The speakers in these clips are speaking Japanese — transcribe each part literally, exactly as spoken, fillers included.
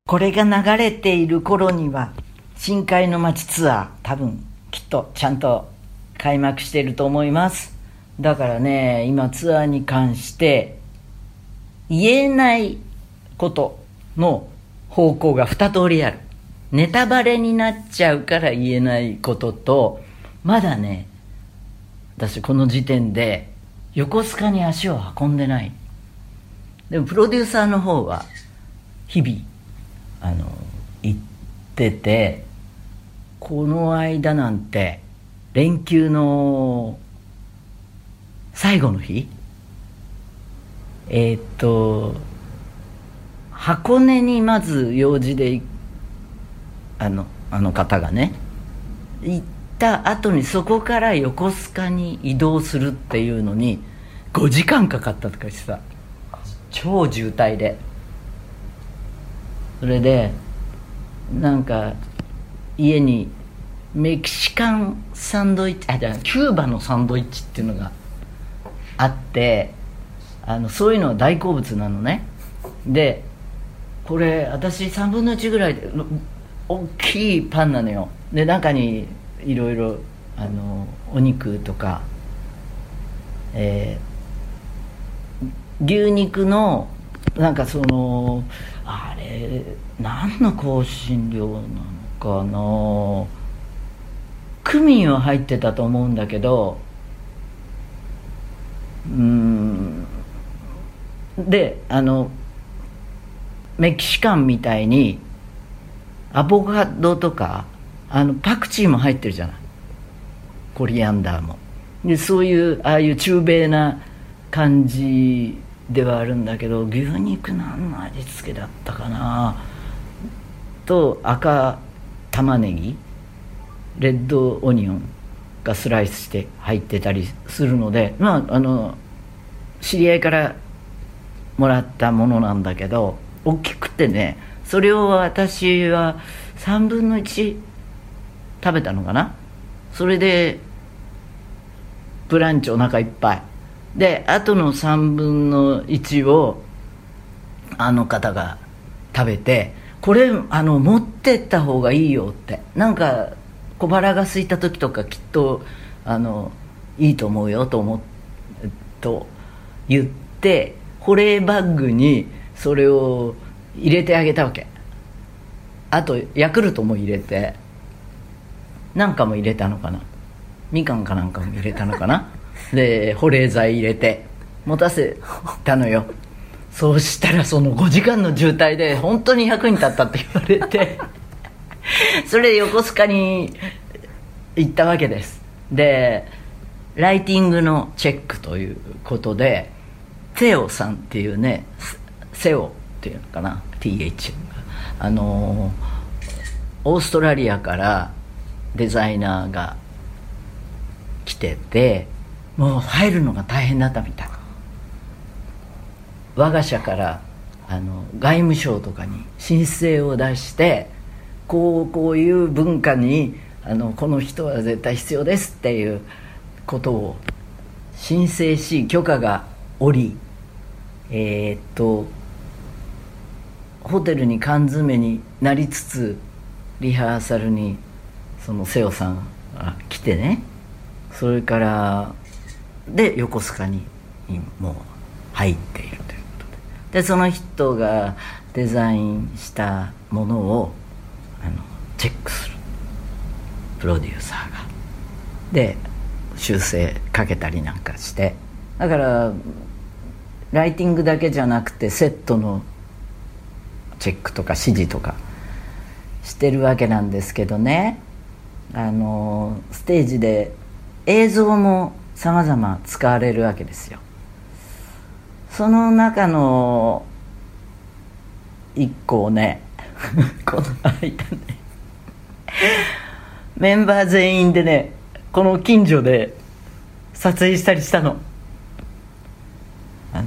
これが流れている頃には深海の街ツアー多分きっとちゃんと開幕していると思います。だからね、今ツアーに関して言えないことの方向が二通りある。ネタバレになっちゃうから言えないことと、まだね、私この時点で横須賀に足を運んでない。でもプロデューサーの方は日々あの行ってて、この間なんて連休の最後の日、えー、っと箱根にまず用事であのあの方がね行った後に、そこから横須賀に移動するっていうのにごじかんかかったとかしてさ、超渋滞で、それでなんか家にメキシカンサンドイッチ、あ、じゃあキューバのサンドイッチっていうのがあって、あのそういうの大好物なのね。でこれ私さんぶんのいちぐらいで大きいパンなのよ。で中にいろいろあのお肉とか、えー、牛肉のなんかそのあれ何の香辛料なのかな、クミンは入ってたと思うんだけど、うーんであのメキシカンみたいにアボカドとかあのパクチーも入ってるじゃない、コリアンダーも。でそういうああいう中米な感じではあるんだけど、牛肉何の味付けだったかなと、赤玉ねぎ、レッドオニオンがスライスして入ってたりするので、まああの知り合いからもらったものなんだけど、大きくてね、それを私はさんぶんのいち食べたのかな。それでブランチお腹いっぱいで、あとのさんぶんのいちをあの方が食べて、これあの持ってった方がいいよって、なんか小腹が空いた時とかきっとあのいいと思うよと思っと言って、保冷バッグにそれを入れてあげたわけ。あとヤクルトも入れて、なんかも入れたのかな、みかんかなんかも入れたのかなで保冷剤入れて持たせたのよ。そうしたらそのごじかんの渋滞で本当に役に立ったって言われてそれで横須賀に行ったわけです。でライティングのチェックということで、セオさんっていうね、セオっていうのかな、 ティーエイチ があのオーストラリアからデザイナーが来てて、もう入るのが大変だったみたい。我が社からあの外務省とかに申請を出して、こうこういう文化にあのこの人は絶対必要ですっていうことを申請し、許可が下り、えー、っとホテルに缶詰になりつつリハーサルにその瀬尾さんが来てね、それからで横須賀にもう入っているということで、でその人がデザインしたものをあのチェックするプロデューサーがで修正かけたりなんかして、だからライティングだけじゃなくてセットのチェックとか指示とかしてるわけなんですけどね、あのステージで映像もさまざま使われるわけですよ。その中の一個をねこの間ねメンバー全員でね、この近所で撮影したりしたの。あ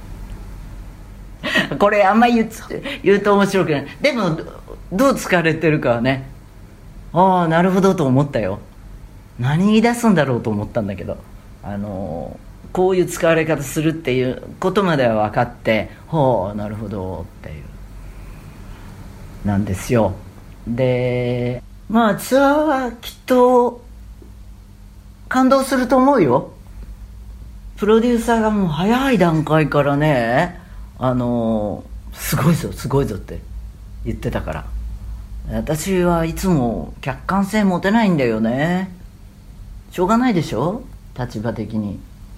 のこれあんまり言う、言うと面白くない。でもどう使われてるかはね、ああなるほどと思ったよ。何言い出すんだろうと思ったんだけど、あのこういう使われ方するっていうことまでは分かって、ほうなるほどっていう。 なんですよ。でまあツアーはきっと感動すると思うよ。プロデューサーがもう早い段階からね、あのすごいぞすごいぞって言ってたから、私はいつも客観性持てないんだよね。しょうがないでしょ、立場的に。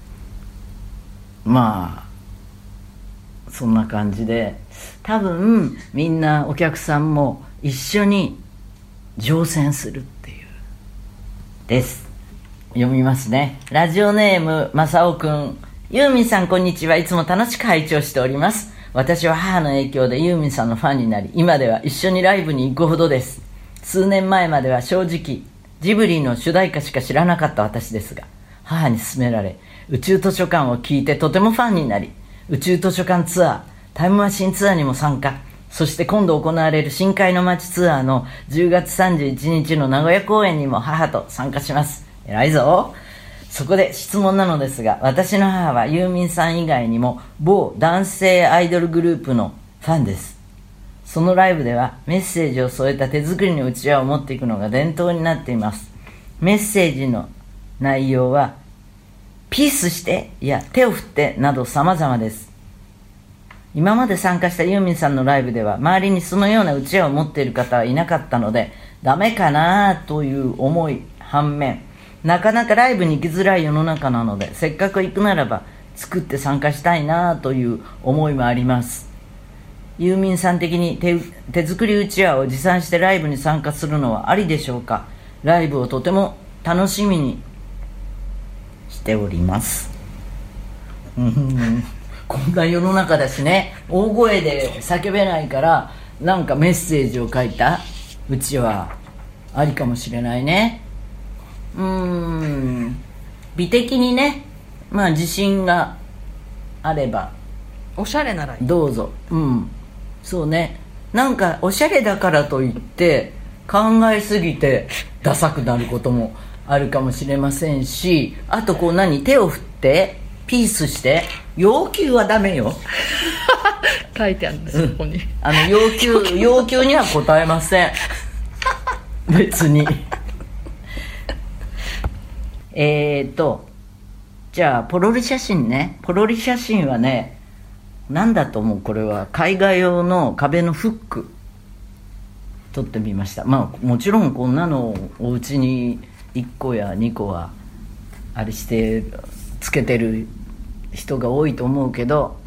まあそんな感じで、多分みんなお客さんも一緒に乗船するっていうです。読みますね。ラジオネームまさおくん。ユーミンさんこんにちは。いつも楽しく拝聴しております。私は母の影響でユーミンさんのファンになり、今では一緒にライブに行くほどです。数年前までは正直ジブリの主題歌しか知らなかった私ですが、母に勧められ宇宙図書館を聞いてとてもファンになり、宇宙図書館ツアー、タイムマシンツアーにも参加。そして今度行われる深海の街ツアーのじゅうがつさんじゅういちにちの名古屋公演にも母と参加します。偉いぞ。そこで質問なのですが、私の母はユーミンさん以外にも某男性アイドルグループのファンです。そのライブではメッセージを添えた手作りのうちわを持っていくのが伝統になっています。メッセージの内容はピースしてや手を振ってなど様々です。今まで参加したユーミンさんのライブでは周りにそのようなうちわを持っている方はいなかったので、ダメかなという思い反面、なかなかライブに行きづらい世の中なので、せっかく行くならば作って参加したいなという思いもあります。ユーミンさん的に 手, 手作りうちわを持参してライブに参加するのはありでしょうか。ライブをとても楽しみにしております。うんこんな世の中だしね、大声で叫べないから、なんかメッセージを書いたうちわありかもしれないね。うーん美的にね、まあ自信があればおしゃれならいい。 どうぞ。うんそうね、なんかおしゃれだからといって考えすぎてダサくなることもあるかもしれませんし、あとこう何手を振ってピースして要求はダメよ書いてあるんです、うん、ここにあの要求要求には答えません別にえーとじゃあポロリ写真ね。ポロリ写真はね、なんだと思う。これは絵画用の壁のフック撮ってみました。まあもちろんこんなのお家にいっこやにこはあれしてつけてる人が多いと思うけど、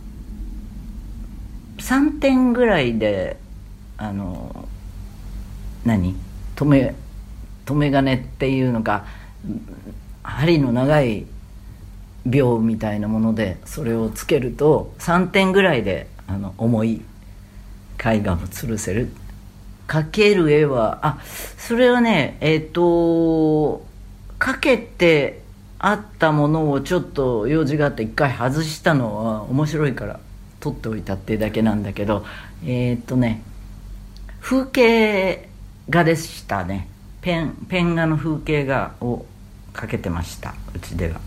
さんてんぐらいであの何留め留め金っていうのか、針の長い秒みたいなものでそれをつけるとさんてんぐらいであの重い絵画を吊るせる。描ける絵はあそれはねえっ、ー、と描けてあったものをちょっと用事があって一回外したのは面白いから取っておいたっていうだけなんだけど、えっ、ー、とね風景画でしたね。ペンペン画の風景画を描けてました、うちでは。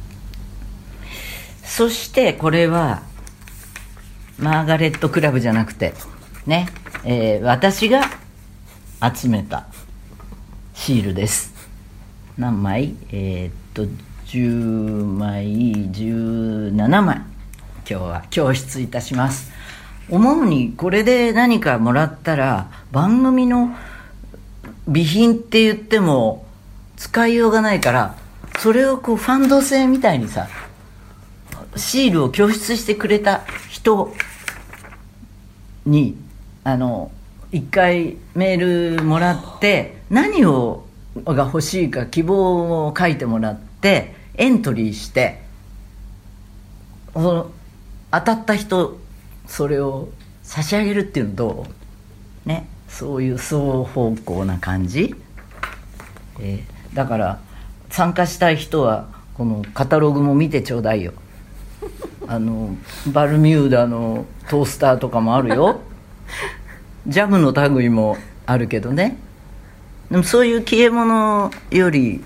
そしてこれはマーガレットクラブじゃなくてね、えー、私が集めたシールです。何枚？えー、っとじゅうまいじゅうななまい今日は供出いたします。思うにこれで何かもらったら番組の備品って言っても使いようがないから、それをこうファンド製みたいにさ、シールを供出してくれた人にあの一回メールもらって何をが欲しいか希望を書いてもらってエントリーして、その当たった人それを差し上げるっていうのどうね。そういう双方向な感じ、えー、だから参加したい人はこのカタログも見てちょうだいよあのバルミューダのトースターとかもあるよジャムの類もあるけどね。でもそういう消え物より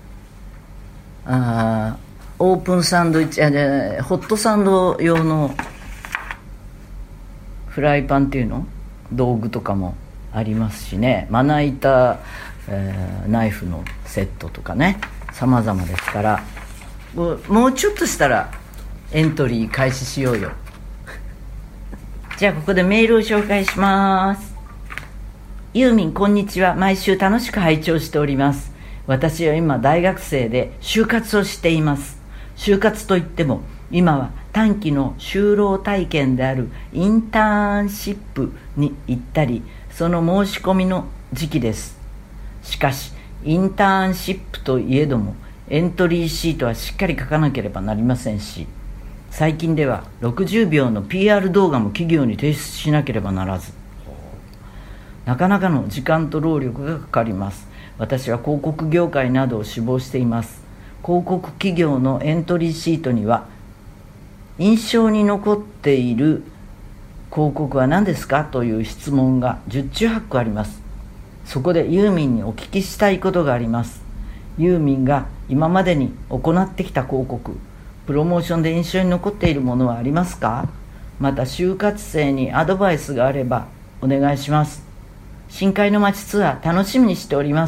あオープンサンドイッチあじゃホットサンド用のフライパンっていうの道具とかもありますしね、まな板、えー、ナイフのセットとかね、様々ですから、もう、もうちょっとしたらエントリー開始しようよ。じゃあここでメールを紹介します。ユーミンこんにちは。毎週楽しく拝聴しております。私は今大学生で就活をしています。就活といっても今は短期の就労体験であるインターンシップに行ったり、その申し込みの時期です。しかしインターンシップといえどもエントリーシートはしっかり書かなければなりませんし、最近ではろくじゅうびょうの ピーアール 動画も企業に提出しなければならず、なかなかの時間と労力がかかります。私は広告業界などを志望しています。広告企業のエントリーシートには、印象に残っている広告は何ですかという質問が十中八九あります。そこでユーミンにお聞きしたいことがあります。ユーミンが今までに行ってきた広告、プロモーションで印象に残っているものはありますか？また就活生にアドバイスがあればお願いします。深海の街ツアー楽しみにしております。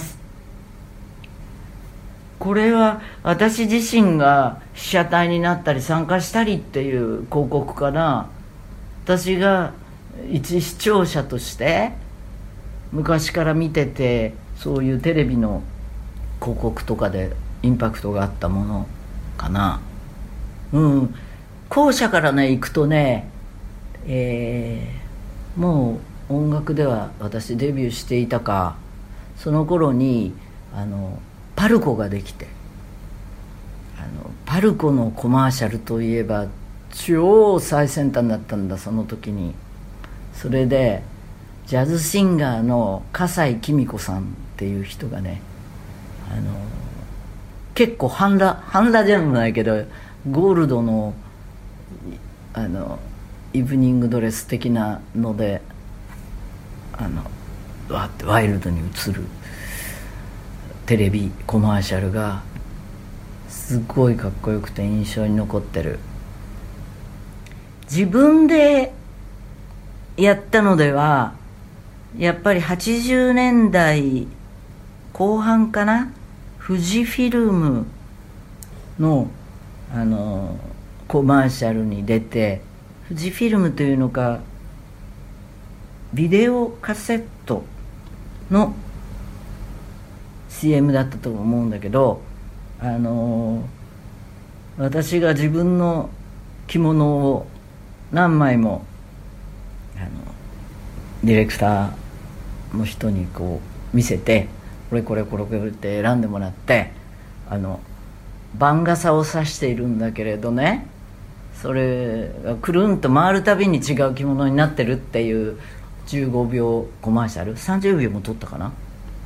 これは私自身が被写体になったり参加したりっていう広告かな。私が一視聴者として昔から見てて、そういうテレビの広告とかでインパクトがあったものかな。うん後者からね行くとね、えー、もう音楽では私デビューしていたか、その頃にあのパルコができて、あのパルコのコマーシャルといえば超最先端だったんだ、その時に。それでジャズシンガーの笠井公子さんっていう人がね、あの結構半裸半裸じゃないけどゴールドのあのイブニングドレス的なので、あのわーってワイルドに映るテレビコマーシャルがすごいかっこよくて印象に残ってる。自分でやったのではやっぱりはちじゅうねんだいこう半かな、富士フィルムのあのコマーシャルに出て、富士フィルムというのかビデオカセットの シーエム だったと思うんだけど、あの私が自分の着物を何枚もあのディレクターの人にこう見せて、これこれこれこれって選んでもらって、あの番傘を差しているんだけれどね、それがくるんと回るたびに違う着物になってるっていうじゅうごびょうコマーシャル、さんじゅうびょうも撮ったかな。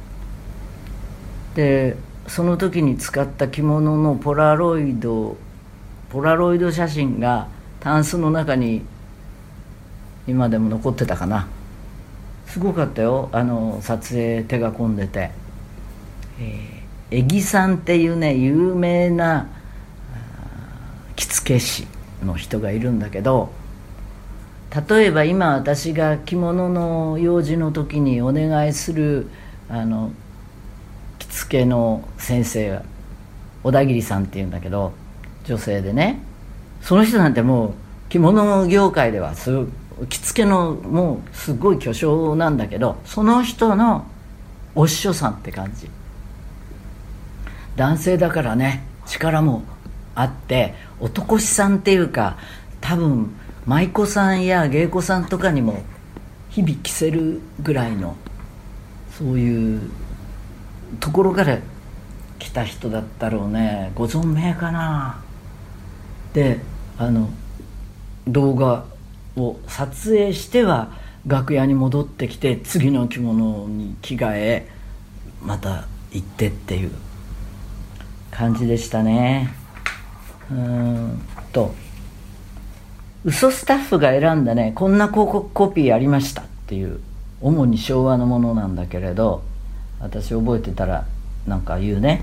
でその時に使った着物のポラロイドポラロイド写真がタンスの中に今でも残ってたかな。すごかったよ、あの撮影手が込んでて。えー、江木さんっていうね有名な着付け師の人がいるんだけど、例えば今私が着物の用事の時にお願いするあの着付けの先生が小田切さんっていうんだけど、女性でね、その人なんてもう着物業界ではすごい着付けのもうすごい巨匠なんだけど、その人のお師匠さんって感じ。男性だからね力もあって男師さんっていうか、多分舞妓さんや芸妓さんとかにも日々着せるぐらいのそういうところから来た人だったろうね。ご存命かな。であの動画を撮影しては楽屋に戻ってきて次の着物に着替えまた行ってっていう感じでしたね。うーんと嘘スタッフが選んだね、こんな広告コピーありましたっていう、主に昭和のものなんだけれど、私覚えてたらなんか言うね。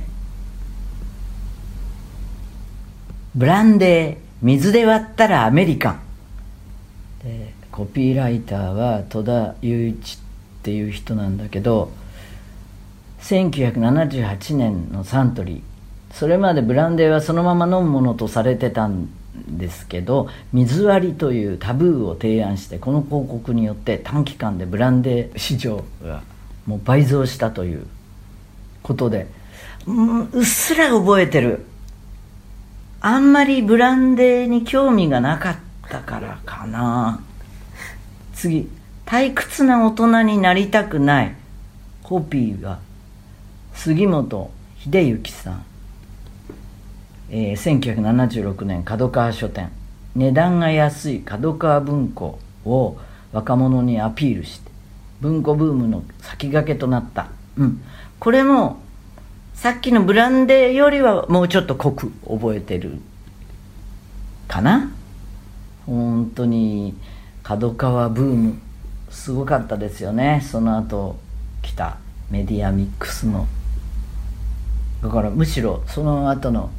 ブランデー水で割ったらアメリカンで、 コピーライターは戸田雄一っていう人なんだけど、せんきゅうひゃくななじゅうはちねんのサントリー、それまでブランデーはそのまま飲むものとされてたんですけど、水割りというタブーを提案して、この広告によって短期間でブランデー市場がもう倍増したということで、うん、うっすら覚えてる。あんまりブランデーに興味がなかったからかな。次、退屈な大人になりたくない。コピーは杉本秀之さん、えー、せんきゅうひゃくななじゅうろくねん角川書店、値段が安い角川文庫を若者にアピールして文庫ブームの先駆けとなった、うん、これもさっきのブランデーよりはもうちょっと濃く覚えてるかな。本当に角川ブームすごかったですよね。その後来たメディアミックスの、だからむしろその後の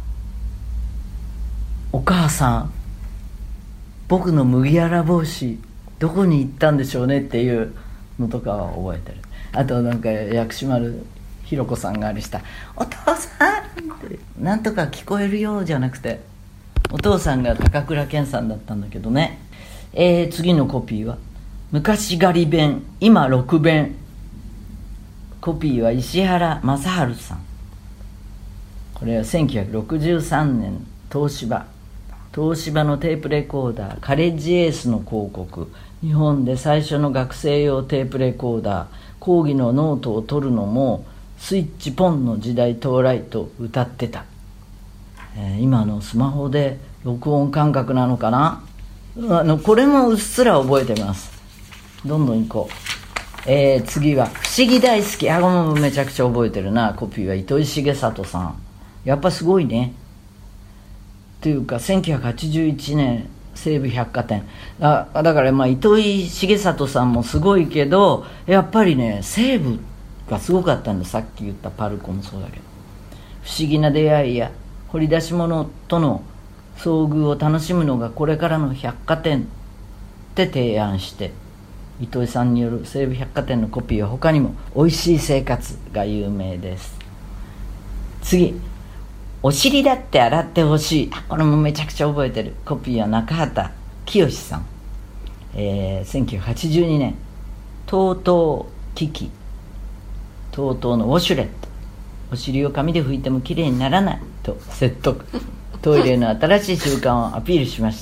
お母さん、僕の麦わら帽子どこに行ったんでしょうねっていうのとかは覚えてる。あとなんか薬師丸ひろ子さんがあれしたお父さんってなんとか聞こえるよじゃなくて、お父さんが高倉健さんだったんだけどね。えー、次のコピーは昔狩り弁今六弁。コピーは石原正治さん。これはせんきゅうひゃくろくじゅうさんねん東芝東芝のテープレコーダーカレッジエースの広告、日本で最初の学生用テープレコーダー、講義のノートを取るのもスイッチポンの時代到来と歌ってた、えー、今のスマホで録音感覚なのかな。あのこれもうっすら覚えてます。どんどん行こう。えー、次は不思議大好き。あ、もうめちゃくちゃ覚えてるな。コピーは糸井重里さん。やっぱすごいね。というかせんきゅうひゃくはちじゅういちねん西武百貨店、あだからまあ糸井重里さんもすごいけど、やっぱりね西武がすごかったんだ。さっき言ったパルコもそうだけど、不思議な出会いや掘り出し物との遭遇を楽しむのがこれからの百貨店って提案して、糸井さんによる西武百貨店のコピーは他にもおいしい生活が有名です。次、お尻だって洗ってほしい。これもめちゃくちゃ覚えてる。コピーは中畑清さん、えー、せんきゅうひゃくはちじゅうにねん トートー 機器 トートー のウォシュレット、お尻を紙で拭いてもきれいにならないと説得、トイレの新しい習慣をアピールしました。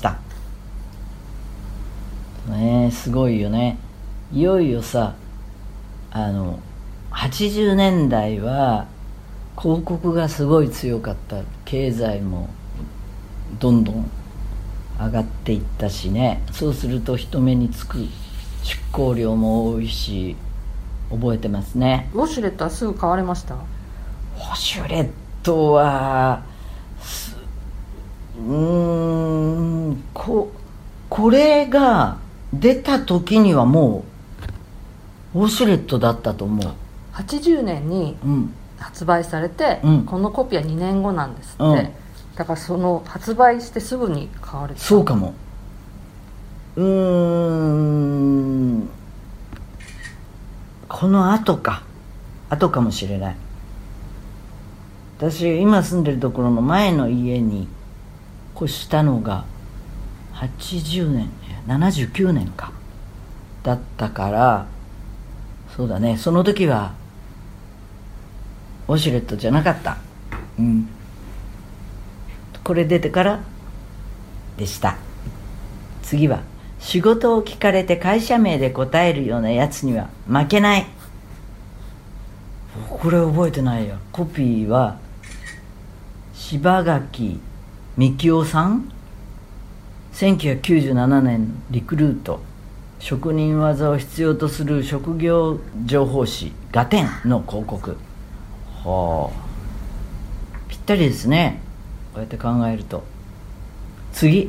ねえ、すごいよね。いよいよさ、あのはちじゅうねんだいは広告がすごい強かった。経済もどんどん上がっていったしね。そうすると人目につく出稿料も多いし、覚えてますね。 ウォシュレットはすぐ買われました？ウォシュレットはうーんここれが出た時にはもうウォシュレットだったと思う。 はちじゅうねんに発売されて、うん、このコピーはにねんごなんですって、うん、だからその発売してすぐに買われた。 そうかも。うーんこの後か後かもしれない。私今住んでるところの前の家に越したのがはちじゅうねんななじゅうきゅうねんかだったから、そうだね、その時はウォシュレットじゃなかった。うん。これ出てからでした。次は仕事を聞かれて会社名で答えるようなやつには負けない。これ覚えてないよ。コピーは柴垣幹夫さん、せんきゅうひゃくきゅうじゅうななねんリクルート、職人技を必要とする職業情報誌ガテンの広告。はあ、ぴったりですね、こうやって考えると。次、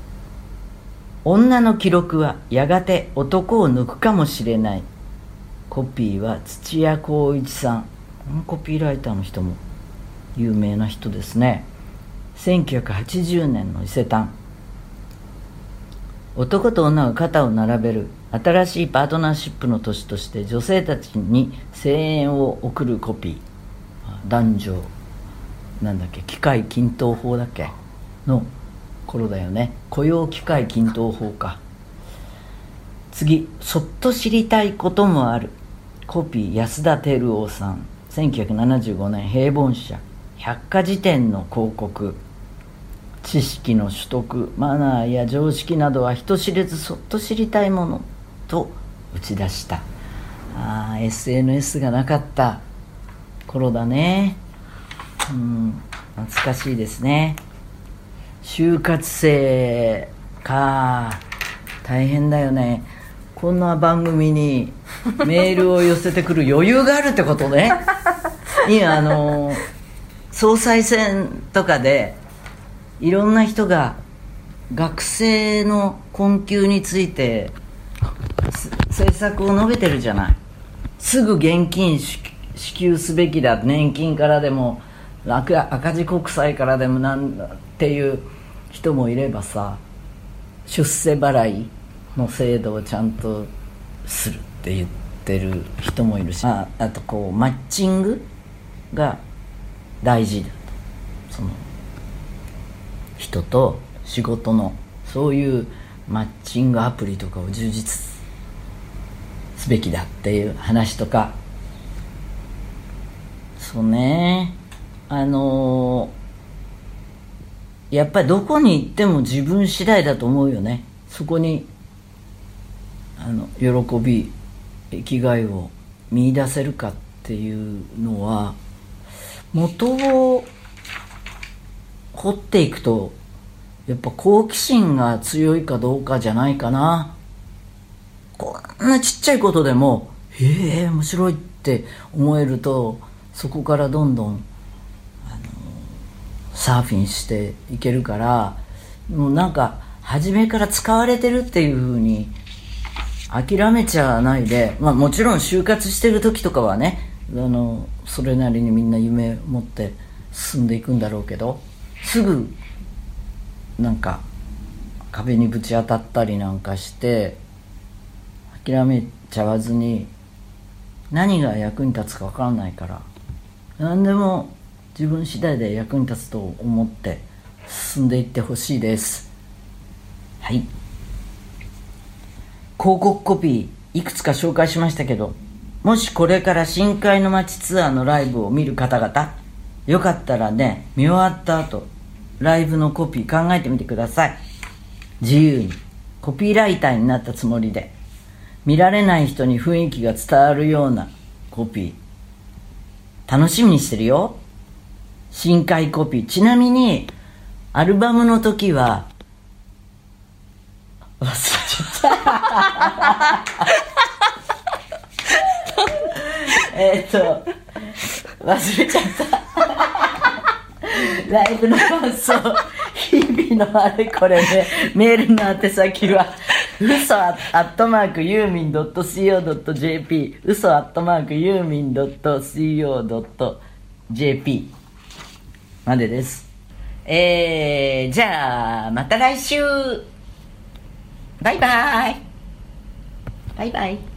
女の記録はやがて男を抜くかもしれない。コピーは土屋光一さん。コピーライターの人も有名な人ですね。せんきゅうひゃくはちじゅうねんの伊勢丹、 男と女が肩を並べる新しいパートナーシップの年として女性たちに声援を送るコピー、男女なんだっけ機械均等法だっけの頃だよね。雇用機会均等法か。次、そっと知りたいこともあるコピー、安田照夫さん、せんきゅうひゃくななじゅうごねん平凡社。百科事典の広告、知識の取得、マナーや常識などは人知れずそっと知りたいものと打ち出した。あー エスエヌエス がなかった頃だね。うん、懐かしいですね。就活生か、大変だよね。こんな番組にメールを寄せてくる余裕があるってことね。今あの総裁選とかでいろんな人が学生の困窮について政策を述べてるじゃない。すぐ現金支給すべきだ、年金からでも赤字国債からでもなんていう人もいればさ、出世払いの制度をちゃんとするって言ってる人もいるし、あ, あとこうマッチングが大事だと、その人と仕事のそういうマッチングアプリとかを充実すべきだっていう話とか。そうね、あのー、やっぱりどこに行っても自分次第だと思うよね。そこにあの喜び生きがいを見出せるかっていうのは、元を掘っていくとやっぱ好奇心が強いかどうかじゃないかな。こんなちっちゃいことでもへえ面白いって思えると、そこからどんどんあのサーフィンしていけるから、もうなんか初めから使われてるっていう風に諦めちゃないで、まあ、もちろん就活してる時とかはね、あのそれなりにみんな夢持って進んでいくんだろうけど、すぐなんか壁にぶち当たったりなんかして諦めちゃわずに、何が役に立つか分からないから、何でも自分次第で役に立つと思って進んでいってほしいです。はい、広告コピーいくつか紹介しましたけど、もしこれから深海の街ツアーのライブを見る方々、よかったらね、見終わった後ライブのコピー考えてみてください。自由にコピーライターになったつもりで、見られない人に雰囲気が伝わるようなコピー楽しみにしてるよ。深海コピー。ちなみにアルバムの時は忘れちゃったえっと忘れちゃったライブの感想、日々のあれこれで、ね、メールの宛先は嘘アットマークユーミンドットシーオードットジェーピー、嘘アットマークユーミンドットシーオードットジェーピー までです。えー、じゃあまた来週。バイバイバイバイ。